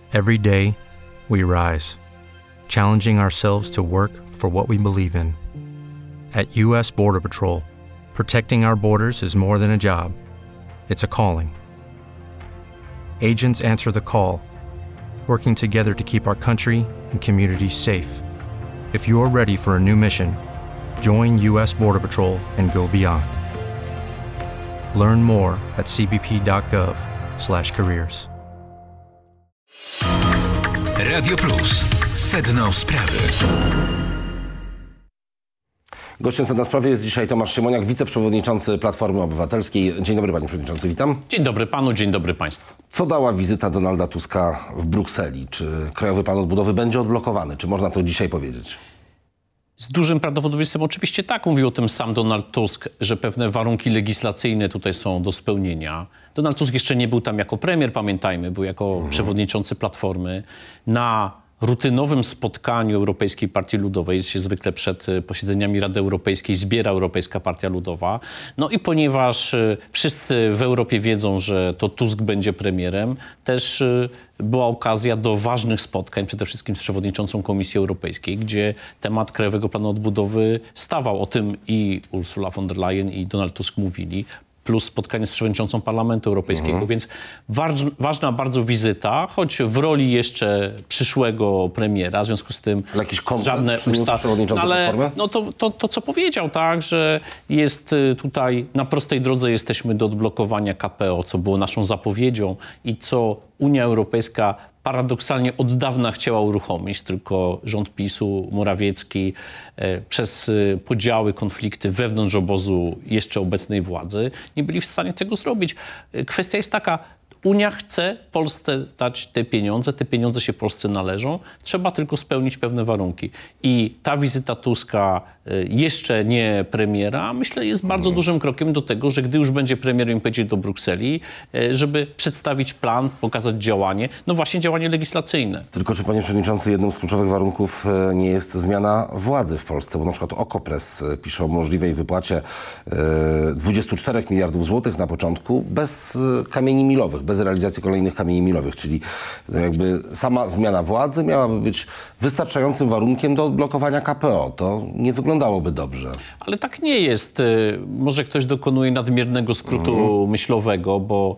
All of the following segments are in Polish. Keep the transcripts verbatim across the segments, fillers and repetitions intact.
Every day, we rise, challenging ourselves to work for what we believe in. At U S Border Patrol, protecting our borders is more than a job. It's a calling. Agents answer the call, working together to keep our country and communities safe. If you're ready for a new mission, join U S Border Patrol and go beyond. Learn more at c b p dot gov slash careers. Radio Plus. Sedno sprawy. Gościem Sedna Sprawy jest dzisiaj Tomasz Siemoniak, wiceprzewodniczący Platformy Obywatelskiej. Dzień dobry, panie przewodniczący, witam. Dzień dobry panu, dzień dobry państwu. Co dała wizyta Donalda Tuska w Brukseli? Czy Krajowy Plan Odbudowy będzie odblokowany? Czy można to dzisiaj powiedzieć? Z dużym prawdopodobieństwem oczywiście tak. Mówił o tym sam Donald Tusk, że pewne warunki legislacyjne tutaj są do spełnienia. Donald Tusk jeszcze nie był tam jako premier, pamiętajmy, był jako mhm. przewodniczący Platformy. Na rutynowym spotkaniu Europejskiej Partii Ludowej, się zwykle przed posiedzeniami Rady Europejskiej zbiera Europejska Partia Ludowa. No i ponieważ wszyscy w Europie wiedzą, że to Tusk będzie premierem, też była okazja do ważnych spotkań, przede wszystkim z przewodniczącą Komisji Europejskiej, gdzie temat Krajowego Planu Odbudowy stawał. O tym i Ursula von der Leyen, i Donald Tusk mówili, plus spotkanie z przewodniczącą Parlamentu Europejskiego. Mhm. Więc waż, ważna bardzo wizyta, choć w roli jeszcze przyszłego premiera, w związku z tym ale jakiś żadne ustawy. No, ale no to, to, to, co powiedział, tak, że jest tutaj na prostej drodze jesteśmy do odblokowania K P O, co było naszą zapowiedzią i co Unia Europejska paradoksalnie od dawna chciała uruchomić, tylko rząd PiSu, Morawiecki e, przez e, podziały, konflikty wewnątrz obozu jeszcze obecnej władzy nie byli w stanie tego zrobić. E, kwestia jest taka, Unia chce Polsce dać te pieniądze, te pieniądze się Polsce należą, trzeba tylko spełnić pewne warunki. I ta wizyta Tuska, jeszcze nie premiera, myślę, jest bardzo dużym krokiem do tego, że gdy już będzie premierem i pojedzie do Brukseli, żeby przedstawić plan, pokazać działanie, no właśnie działanie legislacyjne. Tylko czy, panie przewodniczący, jednym z kluczowych warunków nie jest zmiana władzy w Polsce? Bo na przykład Okopres pisze o możliwej wypłacie dwudziestu czterech miliardów złotych na początku bez kamieni milowych, bez realizacji kolejnych kamieni milowych, czyli jakby sama zmiana władzy miałaby być wystarczającym warunkiem do odblokowania K P O. To nie wyglądałoby dobrze. Ale tak nie jest. Może ktoś dokonuje nadmiernego skrótu mhm. myślowego, bo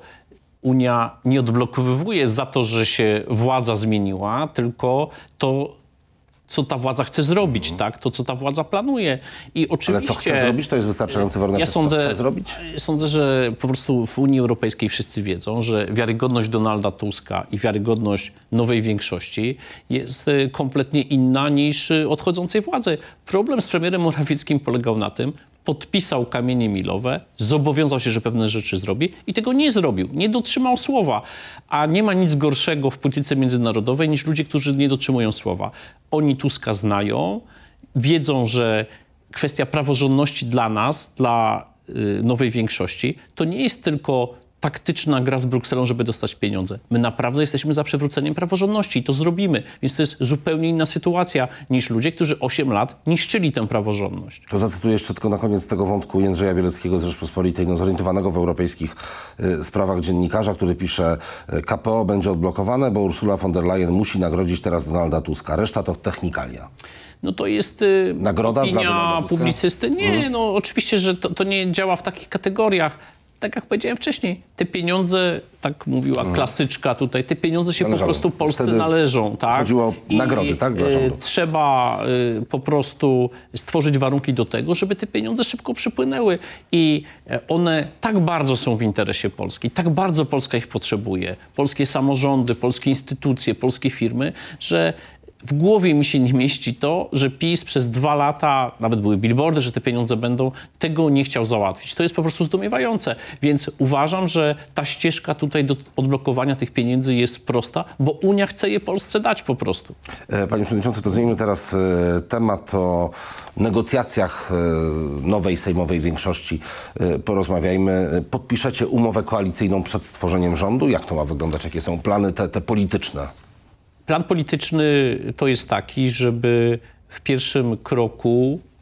Unia nie odblokowuje za to, że się władza zmieniła, tylko to, co ta władza chce zrobić, mhm. tak? To, co ta władza planuje. I oczywiście, ale co chce zrobić, to jest wystarczający warunek. Ja sądzę, co chce zrobić? Sądzę, że po prostu w Unii Europejskiej wszyscy wiedzą, że wiarygodność Donalda Tuska i wiarygodność nowej większości jest kompletnie inna niż odchodzącej władzy. Problem z premierem Morawieckim polegał na tym, podpisał kamienie milowe, zobowiązał się, że pewne rzeczy zrobi i tego nie zrobił. Nie dotrzymał słowa. A nie ma nic gorszego w polityce międzynarodowej niż ludzie, którzy nie dotrzymują słowa. Oni Tuska znają, wiedzą, że kwestia praworządności dla nas, dla y, nowej większości, to nie jest tylko taktyczna gra z Brukselą, żeby dostać pieniądze. My naprawdę jesteśmy za przywróceniem praworządności i to zrobimy. Więc to jest zupełnie inna sytuacja niż ludzie, którzy osiem lat niszczyli tę praworządność. To zacytuję jeszcze tylko na koniec tego wątku Jędrzeja Bieleckiego z Rzeczpospolitej, no, zorientowanego w europejskich y, sprawach dziennikarza, który pisze: K P O będzie odblokowane, bo Ursula von der Leyen musi nagrodzić teraz Donalda Tuska. Reszta to technikalia. No to jest y, Nagroda opinia publicysty. Nie, mhm. no oczywiście, że to, to nie działa w takich kategoriach. Tak jak powiedziałem wcześniej, te pieniądze, tak mówiła klasyczka tutaj, te pieniądze się należały. Po prostu Polsce Wtedy należą. Tak? Chodziło o I, nagrody, tak? Dla rządu. Trzeba y, po prostu stworzyć warunki do tego, żeby te pieniądze szybko przypłynęły. I one tak bardzo są w interesie Polski, tak bardzo Polska ich potrzebuje. Polskie samorządy, polskie instytucje, polskie firmy, że w głowie mi się nie mieści to, że PiS przez dwa lata, nawet były billboardy, że te pieniądze będą, tego nie chciał załatwić. To jest po prostu zdumiewające. Więc uważam, że ta ścieżka tutaj do odblokowania tych pieniędzy jest prosta, bo Unia chce je Polsce dać po prostu. Panie przewodniczący, to zmieńmy teraz temat o negocjacjach nowej sejmowej większości. Porozmawiajmy. Podpiszecie umowę koalicyjną przed stworzeniem rządu? Jak to ma wyglądać? Jakie są plany te, te polityczne? Plan polityczny to jest taki, żeby w pierwszym kroku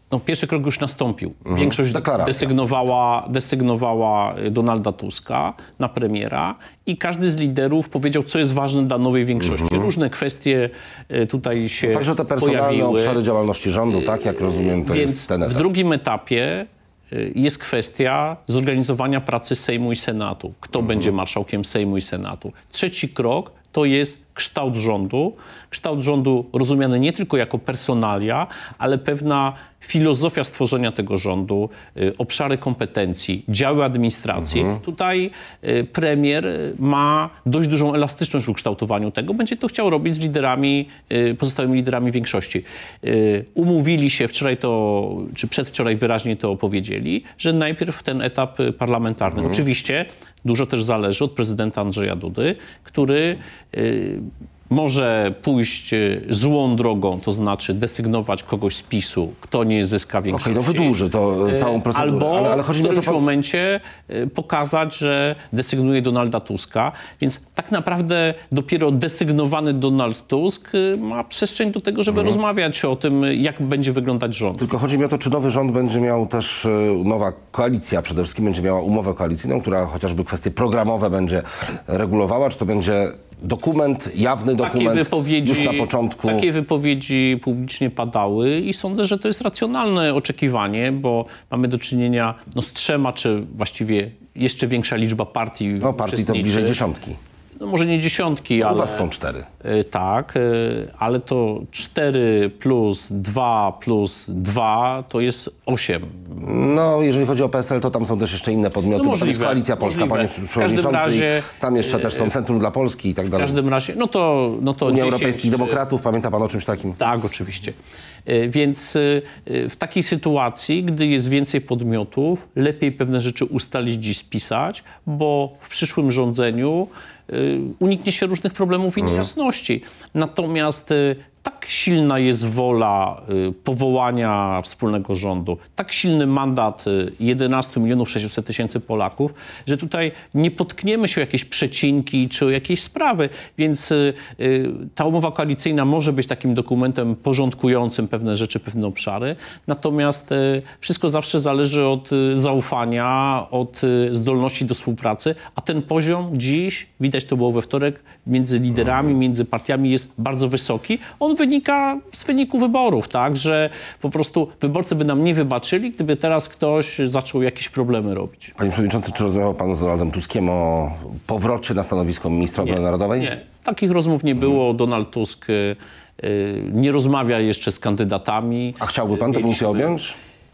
no, pierwszy krok już nastąpił. Większość Deklaracja. desygnowała, desygnowała Donalda Tuska na premiera i każdy z liderów powiedział, co jest ważne dla nowej większości. Mhm. Różne kwestie y, tutaj się Także te personalne pojawiły. obszary działalności rządu, tak jak rozumiem, to Więc jest ten etap. w drugim etapie y, jest kwestia zorganizowania pracy Sejmu i Senatu. Kto będzie marszałkiem Sejmu i Senatu. Trzeci krok to jest kształt rządu. Kształt rządu rozumiany nie tylko jako personalia, ale pewna filozofia stworzenia tego rządu, y, obszary kompetencji, działy administracji. Mhm. Tutaj y, premier y, ma dość dużą elastyczność w ukształtowaniu tego. Będzie to chciał robić z liderami, y, pozostałymi liderami większości. Y, umówili się wczoraj to, czy przedwczoraj wyraźnie to opowiedzieli, że najpierw ten etap y, parlamentarny. Mhm. Oczywiście dużo też zależy od prezydenta Andrzeja Dudy, który y, może pójść złą drogą, to znaczy desygnować kogoś z PiSu, kto nie zyska większości. Okej, no wydłuży to całą procedurę. Albo ale, ale chodzi w mi o to, którymś pan... momencie pokazać, że desygnuje Donalda Tuska. Więc tak naprawdę dopiero desygnowany Donald Tusk ma przestrzeń do tego, żeby Mhm. rozmawiać o tym, jak będzie wyglądać rząd. Tylko chodzi mi o to, czy nowy rząd będzie miał też, e, nowa koalicja przede wszystkim będzie miała umowę koalicyjną, która chociażby kwestie programowe będzie regulowała, czy to będzie dokument, jawny dokument Takie wypowiedzi, już na początku? takie wypowiedzi publicznie padały i sądzę, że to jest racjonalne oczekiwanie, bo mamy do czynienia no, z trzema, czy właściwie jeszcze większa liczba partii No partii to uczestniczy. bliżej dziesiątki. No może nie dziesiątki, U ale... was są cztery. Y, Tak, y, ale to cztery plus dwa plus dwa to jest osiem. No, jeżeli chodzi o P S L, to tam są też jeszcze inne podmioty, No bo tam jest możliwe, Koalicja Polska, możliwe. panie W każdym przewodniczący, razie, i tam jeszcze też są Centrum dla Polski i tak W dalej. każdym razie, no to, no to Unia dziesięć, Europejskich czy- Demokratów, pamięta pan o czymś takim? Tak, oczywiście. Y, Więc y, y, w takiej sytuacji, gdy jest więcej podmiotów, lepiej pewne rzeczy ustalić dziś, spisać, bo w przyszłym rządzeniu y, uniknie się różnych problemów i niejasności. Natomiast y, tak silna jest wola y, powołania wspólnego rządu, tak silny mandat y, jedenaście milionów sześćset tysięcy Polaków, że tutaj nie potkniemy się o jakieś przecinki czy o jakieś sprawy, więc y, y, ta umowa koalicyjna może być takim dokumentem porządkującym pewne rzeczy, pewne obszary, natomiast y, wszystko zawsze zależy od y, zaufania, od y, zdolności do współpracy, a ten poziom dziś, widać to było we wtorek, między liderami, między partiami jest bardzo wysoki. On wynika z wyniku wyborów, tak, że po prostu wyborcy by nam nie wybaczyli, gdyby teraz ktoś zaczął jakieś problemy robić. Panie przewodniczący, czy rozmawiał pan z Donaldem Tuskiem o powrocie na stanowisko ministra obrony narodowej? Nie, takich rozmów nie było. Donald Tusk y, y, nie rozmawia jeszcze z kandydatami. A chciałby pan tę funkcję objąć?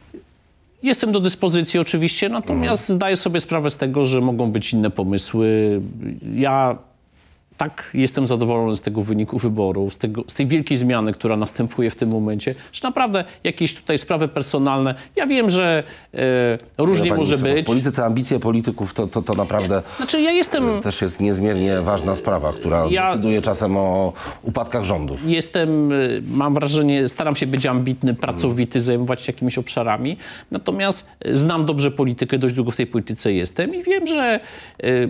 Jestem do dyspozycji oczywiście, natomiast zdaję sobie sprawę z tego, że mogą być inne pomysły. Ja tak jestem zadowolony z tego wyniku wyborów, z, tego, z tej wielkiej zmiany, która następuje w tym momencie, że naprawdę jakieś tutaj sprawy personalne, ja wiem, że e, różnie Pani może minister, być. W polityce ambicje polityków to, to, to naprawdę Znaczy ja jestem... też jest niezmiernie ważna sprawa, która Ja- decyduje czasem o upadkach rządów. Jestem, y, mam wrażenie, staram się być ambitny, pracowity, zajmować się jakimiś obszarami. Natomiast y, znam dobrze politykę, dość długo w tej polityce jestem i wiem, że y, y,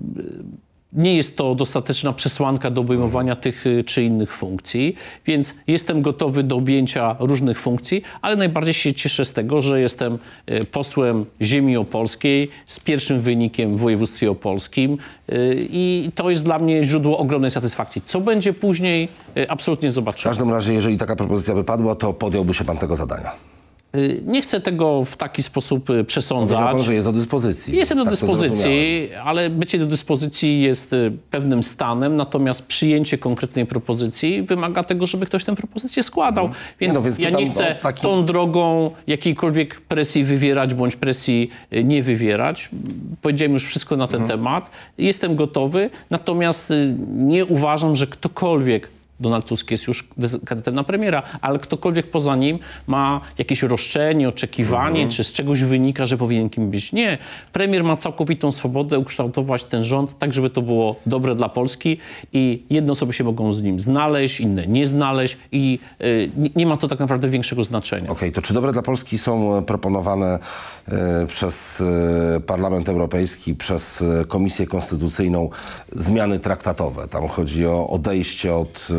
nie jest to dostateczna przesłanka do obejmowania tych y, czy innych funkcji, więc jestem gotowy do objęcia różnych funkcji, ale najbardziej się cieszę z tego, że jestem y, posłem ziemi opolskiej z pierwszym wynikiem w województwie opolskim y, i to jest dla mnie źródło ogromnej satysfakcji. Co będzie później, y, absolutnie W zobaczymy. każdym razie, jeżeli taka propozycja by padła, to podjąłby się pan tego zadania. Y, Nie chcę tego w taki sposób y, Powiedział przesądzać. pan, że jest do dyspozycji. Jestem do Tak to zrozumiałem. dyspozycji, ale bycie do dyspozycji jest y, pewnym stanem, natomiast przyjęcie konkretnej propozycji wymaga tego, żeby ktoś tę propozycję składał. Więc, Nie no, więc ja pytam nie chcę o taki- tą drogą jakiejkolwiek presji wywierać bądź presji y, nie wywierać. Powiedziałem już wszystko na ten Mhm. temat. Jestem gotowy, natomiast y, nie uważam, że ktokolwiek, Donald Tusk jest już kandydatem na premiera, ale ktokolwiek poza nim ma jakieś roszczenie, oczekiwanie, Mhm. czy z czegoś wynika, że powinien kim być. Nie. Premier ma całkowitą swobodę ukształtować ten rząd tak, żeby to było dobre dla Polski i jedne osoby się mogą z nim znaleźć, inne nie znaleźć i y, nie, nie ma to tak naprawdę większego znaczenia. Okej, to czy dobre dla Polski są proponowane e, przez e, Parlament Europejski, przez e, Komisję Konstytucyjną zmiany traktatowe? Tam chodzi o odejście od e,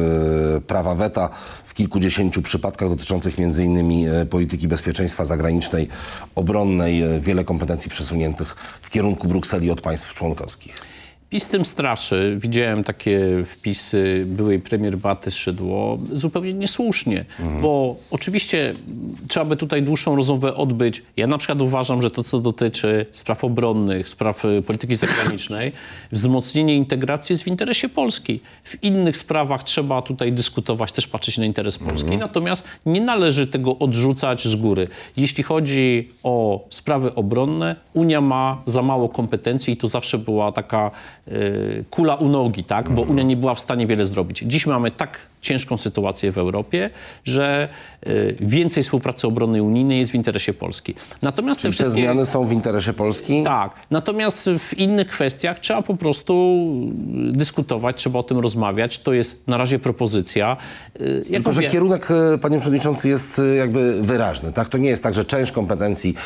prawa weta w kilkudziesięciu przypadkach dotyczących między innymi polityki bezpieczeństwa zagranicznej, obronnej, wiele kompetencji przesuniętych w kierunku Brukseli od państw członkowskich. PiS tym straszy. Widziałem takie wpisy byłej premier Beaty Szydło zupełnie niesłusznie, mhm. bo oczywiście trzeba by tutaj dłuższą rozmowę odbyć. Ja na przykład uważam, że to, co dotyczy spraw obronnych, spraw polityki zagranicznej, wzmocnienie integracji jest w interesie Polski. W innych sprawach trzeba tutaj dyskutować, też patrzeć na interes Polski, mhm. natomiast nie należy tego odrzucać z góry. Jeśli chodzi o sprawy obronne, Unia ma za mało kompetencji i to zawsze była taka kula u nogi, tak? Bo Unia nie była w stanie wiele zrobić. Dziś mamy tak ciężką sytuację w Europie, że więcej współpracy obronnej unijnej jest w interesie Polski. Natomiast Czyli te, wszystkie... te zmiany są w interesie Polski? Tak. Natomiast w innych kwestiach trzeba po prostu dyskutować, trzeba o tym rozmawiać. To jest na razie propozycja. Jak Tylko, mówię... że kierunek, panie przewodniczący, jest jakby wyraźny. Tak? To nie jest tak, że część kompetencji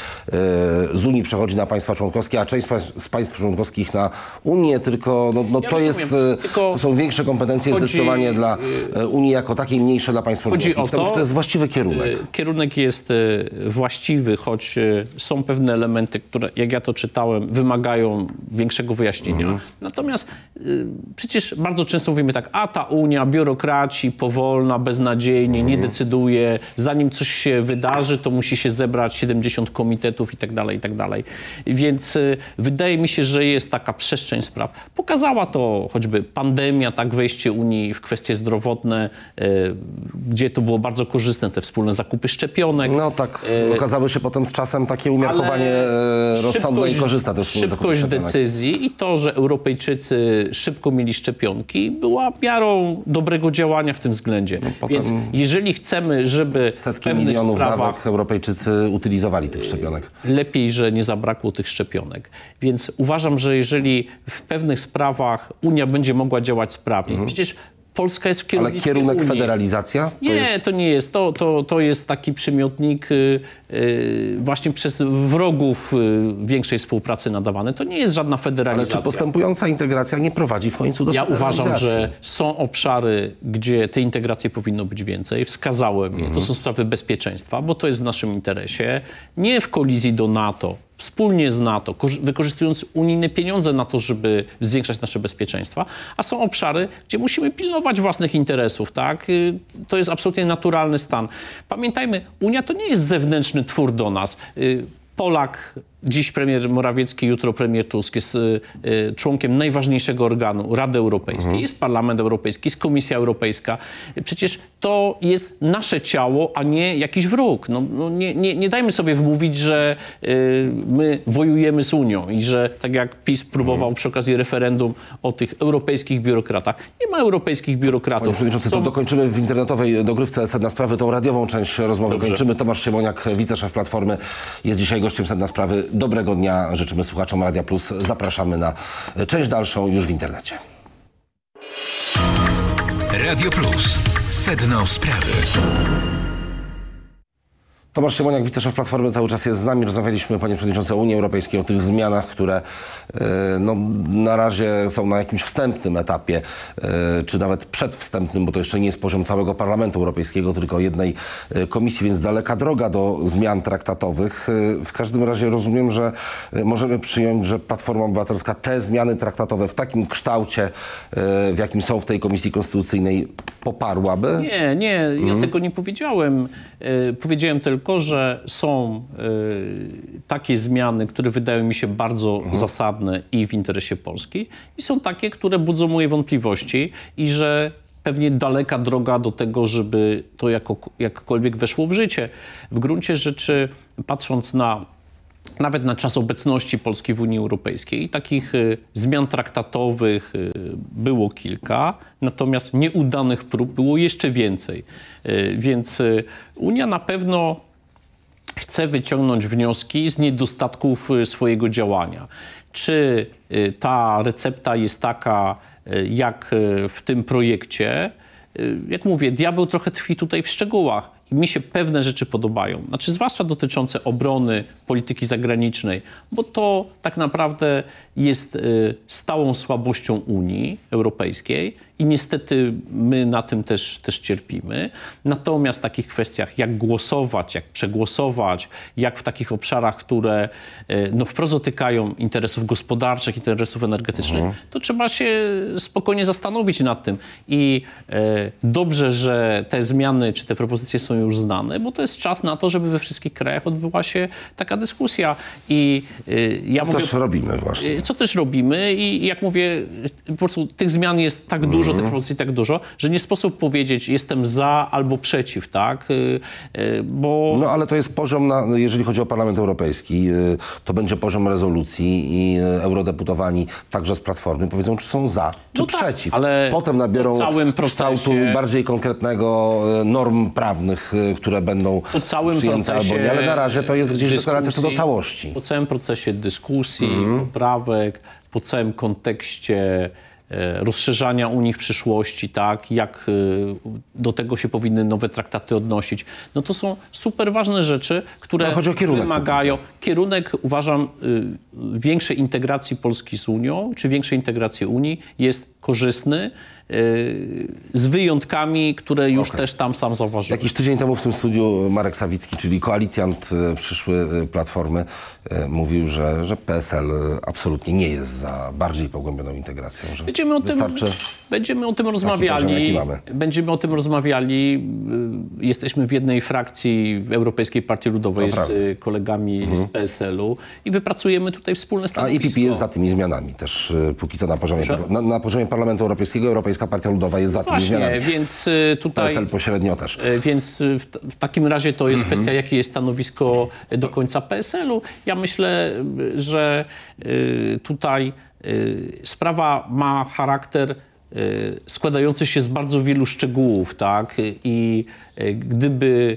z Unii przechodzi na państwa członkowskie, a część z państw członkowskich na Unię, tylko no, no ja to, jest, tylko to są większe kompetencje chodzi... zdecydowanie dla Unii jako takiej, mniejsze dla państw Chodzi członkowskich. o to, to jest właściwy kierunek. Kierunek jest właściwy, choć są pewne elementy, które, jak ja to czytałem, wymagają większego wyjaśnienia. Mhm. Natomiast y, przecież bardzo często mówimy tak, a ta Unia, biurokraci, powolna, beznadziejnie, mhm. nie decyduje. Zanim coś się wydarzy, to musi się zebrać siedemdziesiąt komitetów i tak dalej, i tak dalej. Więc y, wydaje mi się, że jest taka przestrzeń spraw. Pokazała to choćby pandemia, tak, wejście Unii w kwestie zdrowotne, gdzie to było bardzo korzystne, te wspólne zakupy szczepionek. No tak, okazały się potem z czasem takie umiarkowanie rozsądne i korzystne też. Szybkość decyzji i to, że Europejczycy szybko mieli szczepionki, była miarą dobrego działania w tym względzie. No Więc jeżeli chcemy, żeby setki w pewnych milionów sprawach dawek Europejczycy utylizowali tych szczepionek. Lepiej, że nie zabrakło tych szczepionek. Więc uważam, że jeżeli w pewnych sprawach Unia będzie mogła działać sprawnie, mhm. przecież Polska jest w kierownictwie Ale kierunek Unii. federalizacja? To nie, jest... to nie jest. To, to, to jest taki przymiotnik yy, yy, właśnie przez wrogów yy, większej współpracy nadawany. To nie jest żadna federalizacja. Ale czy postępująca integracja nie prowadzi w końcu do Ja federalizacji? uważam, że są obszary, gdzie tej integracji powinno być więcej. Wskazałem je. Mhm. To są sprawy bezpieczeństwa, bo to jest w naszym interesie. Nie w kolizji do NATO. Wspólnie z NATO, wykorzystując unijne pieniądze na to, żeby zwiększać nasze bezpieczeństwa, a są obszary, gdzie musimy pilnować własnych interesów, tak? To jest absolutnie naturalny stan. Pamiętajmy, Unia to nie jest zewnętrzny twór do nas. Polak, dziś premier Morawiecki, jutro premier Tusk jest y, y, członkiem najważniejszego organu, Rady Europejskiej. Mhm. Jest Parlament Europejski, jest Komisja Europejska. Przecież to jest nasze ciało, a nie jakiś wróg. No, no nie, nie, nie dajmy sobie wmówić, że y, my wojujemy z Unią i że tak jak PiS próbował mhm. przy okazji referendum o tych europejskich biurokratach. Nie ma europejskich biurokratów. Panie przewodniczący, Są... to dokończymy w internetowej dogrywce Sedna Sprawy. Tą radiową część rozmowy Dobrze. kończymy. Tomasz Siemoniak, wiceszef Platformy, jest dzisiaj gościem Sedna Sprawy. Dobrego dnia życzymy słuchaczom Radia Plus. Zapraszamy na część dalszą już w internecie. Radio Plus. Sedno sprawy. Tomasz Siemoniak, wiceszef Platformy, cały czas jest z nami. Rozmawialiśmy, panie przewodniczący, o Unii Europejskiej, o tych zmianach, które no, na razie są na jakimś wstępnym etapie, czy nawet przedwstępnym, bo to jeszcze nie jest poziom całego Parlamentu Europejskiego, tylko jednej komisji, więc daleka droga do zmian traktatowych. W każdym razie rozumiem, że możemy przyjąć, że Platforma Obywatelska te zmiany traktatowe w takim kształcie, w jakim są w tej Komisji Konstytucyjnej, poparłaby? Nie, nie, ja hmm. tego nie powiedziałem. Powiedziałem tylko, że są y, takie zmiany, które wydają mi się bardzo mhm. zasadne i w interesie Polski, i są takie, które budzą moje wątpliwości i że pewnie daleka droga do tego, żeby to jako, jakkolwiek weszło w życie. W gruncie rzeczy, patrząc na nawet na czas obecności Polski w Unii Europejskiej, takich y, zmian traktatowych y, było kilka, natomiast nieudanych prób było jeszcze więcej. Y, więc y, Unia na pewno chce wyciągnąć wnioski z niedostatków swojego działania. Czy ta recepta jest taka, jak w tym projekcie? Jak mówię, diabeł trochę tkwi tutaj w szczegółach. I mi się pewne rzeczy podobają. Znaczy, zwłaszcza dotyczące obrony, polityki zagranicznej, bo to tak naprawdę jest stałą słabością Unii Europejskiej i niestety my na tym też, też cierpimy. Natomiast w takich kwestiach jak głosować, jak przegłosować, jak w takich obszarach, które no, wprost dotykają interesów gospodarczych, interesów energetycznych, mhm. to trzeba się spokojnie zastanowić nad tym. I e, dobrze, że te zmiany czy te propozycje są już znane, bo to jest czas na to, żeby we wszystkich krajach odbyła się taka dyskusja. I e, ja co mówię, też robimy właśnie. Co też robimy i jak mówię, po prostu tych zmian jest tak dużo, mm. tych propozycji tak dużo, że nie sposób powiedzieć jestem za albo przeciw, tak? Bo... No ale to jest poziom, na, jeżeli chodzi o Parlament Europejski, to będzie poziom rezolucji i eurodeputowani także z Platformy powiedzą, czy są za, czy no tak, przeciw. ale potem nabiorą całym kształtu procesie... bardziej konkretnego norm prawnych, które będą po całym przyjęte albo nie, ale na razie to jest gdzieś deklaracja co do całości. Po całym procesie dyskusji, mm. poprawek, po całym kontekście e, rozszerzania Unii w przyszłości, tak, jak e, do tego się powinny nowe traktaty odnosić. No to są super ważne rzeczy, które no, chodzi o kierunek wymagają... Kierunek, uważam, y, większej integracji Polski z Unią, czy większej integracji Unii jest korzystny, z wyjątkami, które już okay. też tam sam zauważyłem. Jakiś tydzień temu w tym studiu Marek Sawicki, czyli koalicjant przyszły Platformy, mówił, że, że P S L absolutnie nie jest za bardziej pogłębioną integracją. Że będziemy, o tym, będziemy o tym rozmawiali. Będziemy o tym rozmawiali. Jesteśmy w jednej frakcji w Europejskiej Partii Ludowej no, z kolegami mhm. z P S L-u i wypracujemy tutaj wspólne stanowisko. A I P P jest za tymi zmianami też póki co na poziomie, na, na poziomie Parlamentu Europejskiego. Europejska Partia Ludowa jest za tymi Właśnie, zmianami. Więc tutaj, P S L pośrednio też. Więc w, w takim razie to jest mhm. kwestia, jakie jest stanowisko do końca P S L-u. Ja myślę, że tutaj sprawa ma charakter składający się z bardzo wielu szczegółów, tak? I gdyby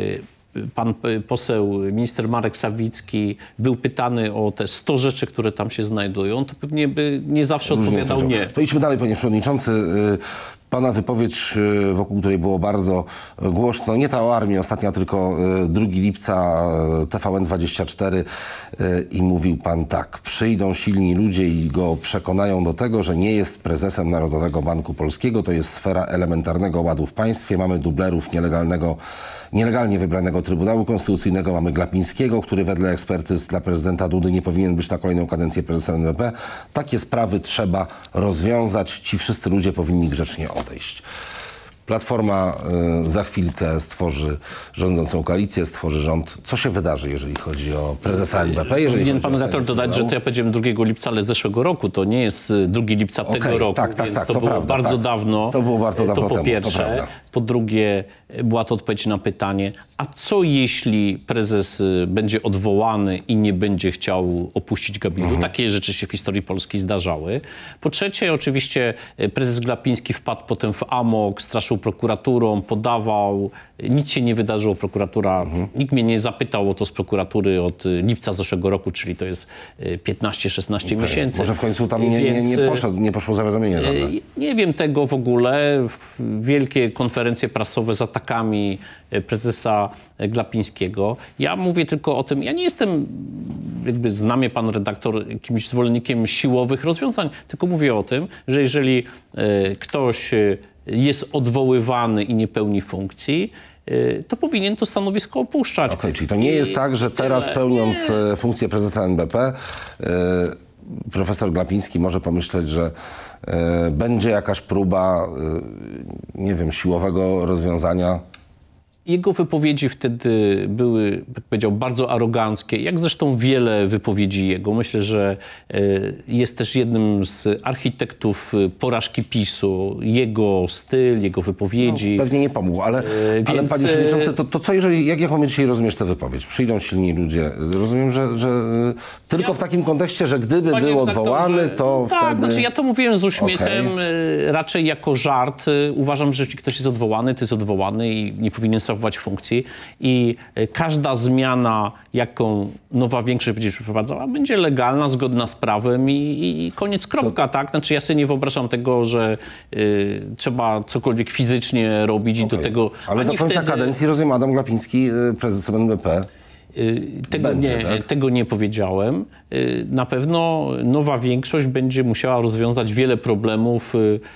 pan poseł, minister Marek Sawicki był pytany o te sto rzeczy, które tam się znajdują, to pewnie by nie zawsze Różnie odpowiadał nie. To idźmy dalej, panie przewodniczący. Pana wypowiedź, wokół której było bardzo głośno, nie ta o armii ostatnia, tylko drugiego lipca T V N dwadzieścia cztery i mówił pan tak. Przyjdą silni ludzie i go przekonają do tego, że nie jest prezesem Narodowego Banku Polskiego. To jest sfera elementarnego ładu w państwie. Mamy dublerów nielegalnego, nielegalnie wybranego Trybunału Konstytucyjnego. Mamy Glapińskiego, który wedle ekspertyz dla prezydenta Dudy nie powinien być na kolejną kadencję prezesem N B P. Takie sprawy trzeba rozwiązać. Ci wszyscy ludzie powinni grzecznie odejść. Platforma y, za chwilkę stworzy rządzącą koalicję, stworzy rząd. Co się wydarzy, jeżeli chodzi o prezesa N B P? Jeżeli Powinien pan redaktor dodać, że to ja powiedziałem drugiego lipca, ale zeszłego roku. To nie jest drugiego lipca okay, tego roku, tak, tak, więc tak, to, to było prawda, bardzo tak. dawno. To było bardzo dawno to po temu, pierwsze. To po drugie, była to odpowiedź na pytanie, a co jeśli prezes będzie odwołany i nie będzie chciał opuścić gabinetu? Mhm. Takie rzeczy się w historii Polski zdarzały. Po trzecie, oczywiście prezes Glapiński wpadł potem w amok, straszył prokuraturą, podawał. Nic się nie wydarzyło. Prokuratura, mhm. nikt mnie nie zapytał o to z prokuratury od lipca zeszłego roku, czyli to jest piętnaście szesnaście okay. miesięcy. Może w końcu tam nie, Więc, nie, nie, poszedł, nie poszło zawiadomienie żadne. Nie wiem tego w ogóle. Wielkie konferencje prasowe z atakami prezesa Glapińskiego. Ja mówię tylko o tym, ja nie jestem, jakby zna mnie pan redaktor, jakimś zwolennikiem siłowych rozwiązań, tylko mówię o tym, że jeżeli e, ktoś jest odwoływany i nie pełni funkcji, to powinien to stanowisko opuszczać. Okej, okay, czyli to nie jest tak, że teraz pełniąc nie. funkcję prezesa N B P, yy, profesor Glapiński może pomyśleć, że yy, będzie jakaś próba, yy, nie wiem, siłowego rozwiązania. Jego wypowiedzi wtedy były, jak powiedział, bardzo aroganckie, jak zresztą wiele wypowiedzi jego. Myślę, że jest też jednym z architektów porażki PiSu. Jego styl, jego wypowiedzi. No, pewnie nie pomógł, ale, Więc... ale panie przewodniczący, to, to co jeżeli, jak jaką dzisiaj rozumiesz tę wypowiedź? Przyjdą silni ludzie. Rozumiem, że, że tylko ja... w takim kontekście, że gdyby panie był odwołany, to tak, wtedy... znaczy ja to mówiłem z uśmiechem, okay. raczej jako żart. Uważam, że jeśli ktoś jest odwołany, to jest odwołany i nie powinien sprawować funkcji i każda zmiana, jaką nowa większość będzie przeprowadzała, będzie legalna, zgodna z prawem i, i koniec, kropka, to... tak? Znaczy ja sobie nie wyobrażam tego, że y, trzeba cokolwiek fizycznie robić okay. i do tego... Ale do końca wtedy... kadencji, rozumiem, Adam Glapiński, prezesem N B P, Tego, Będzie, nie, tak? tego nie powiedziałem. Na pewno nowa większość będzie musiała rozwiązać wiele problemów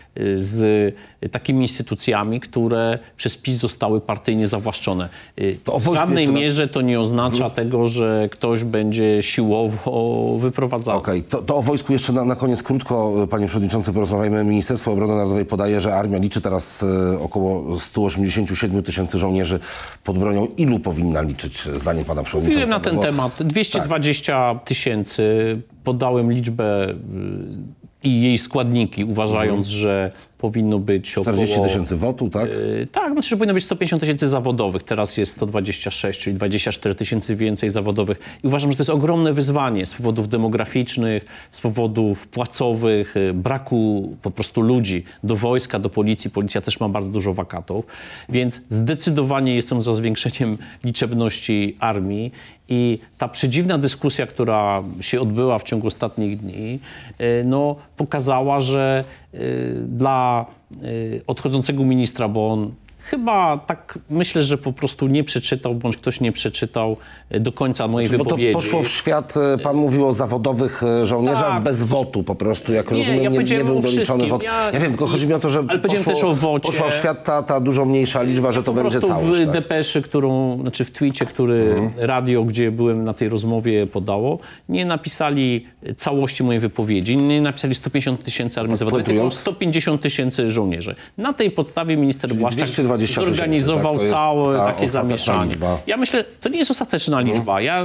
z takimi instytucjami, które przez PiS zostały partyjnie zawłaszczone. To w żadnej na... mierze to nie oznacza hmm. tego, że ktoś będzie siłowo wyprowadzany. Okej, okay. to, to o wojsku jeszcze na, na koniec krótko, panie przewodniczący, porozmawiajmy. Ministerstwo Obrony Narodowej podaje, że armia liczy teraz około sto osiemdziesiąt siedem tysięcy żołnierzy pod bronią. Ilu powinna liczyć, zdaniem pana przewodniczącego? Mówiłem na ten Bo... temat. dwieście dwadzieścia tysięcy. Podałem liczbę i jej składniki, uważając, mhm. że powinno być około... czterdzieści tysięcy wotu, tak? Yy, tak, znaczy, że powinno być sto pięćdziesiąt tysięcy zawodowych. Teraz jest sto dwadzieścia sześć, czyli dwadzieścia cztery tysięcy więcej zawodowych. I uważam, że to jest ogromne wyzwanie z powodów demograficznych, z powodów płacowych, yy, braku po prostu ludzi do wojska, do policji. Policja też ma bardzo dużo wakatów. Więc zdecydowanie jestem za zwiększeniem liczebności armii. I ta przedziwna dyskusja, która się odbyła w ciągu ostatnich dni, no, pokazała, że dla odchodzącego ministra, bo on chyba tak myślę, że po prostu nie przeczytał, bądź ktoś nie przeczytał do końca mojej znaczy, wypowiedzi. Bo to poszło w świat, pan mówił o zawodowych żołnierzach tak. bez wotu po prostu, jak nie, rozumiem, ja nie, nie był doliczony wot. Ja, ja wiem, tylko chodzi mi o to, że ale poszło, też o wocie. poszła w świat ta, ta dużo mniejsza liczba, ja że to po będzie całość. w tak? depeszy, którą, znaczy w tweetie, który mhm. radio, gdzie byłem na tej rozmowie podało, nie napisali całości mojej wypowiedzi, nie napisali sto pięćdziesiąt tysięcy armii zawodowej, tylko sto pięćdziesiąt tysięcy żołnierzy. Na tej podstawie minister Błaszczak zorganizował tak, całe takie zamieszanie. Liczba. Ja myślę, to nie jest ostateczna liczba. Ja,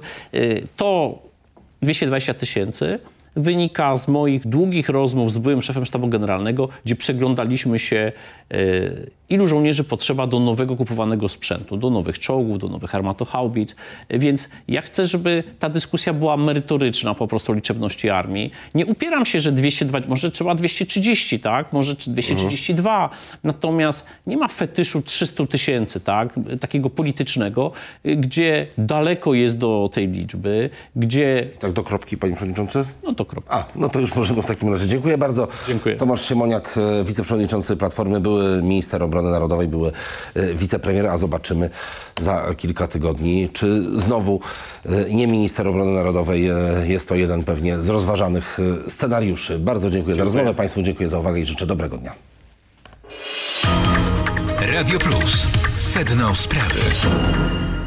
to dwieście dwadzieścia tysięcy wynika z moich długich rozmów z byłym szefem sztabu generalnego, gdzie przeglądaliśmy się, ilu żołnierzy potrzeba do nowego kupowanego sprzętu, do nowych czołgów, do nowych armatohaubic. Więc ja chcę, żeby ta dyskusja była merytoryczna po prostu o liczebności armii. Nie upieram się, że dwieście dwadzieścia, może trzeba dwieście trzydzieści, tak? Może dwieście trzydzieści dwa. Mhm. Natomiast nie ma fetyszu trzysta tysięcy, tak? Takiego politycznego, gdzie daleko jest do tej liczby, gdzie... Tak do kropki, panie przewodniczący? No to kropka. A, no to już możemy w takim razie. Dziękuję bardzo. Dziękuję. Tomasz Siemoniak, wiceprzewodniczący Platformy, były minister obrony narodowej, były wicepremier, a zobaczymy za kilka tygodni, czy znowu nie minister obrony narodowej. Jest to jeden pewnie z rozważanych scenariuszy. Bardzo dziękuję, dziękuję za rozmowę. Państwu dziękuję za uwagę i życzę dobrego dnia. Radio Plus. Sedno sprawy.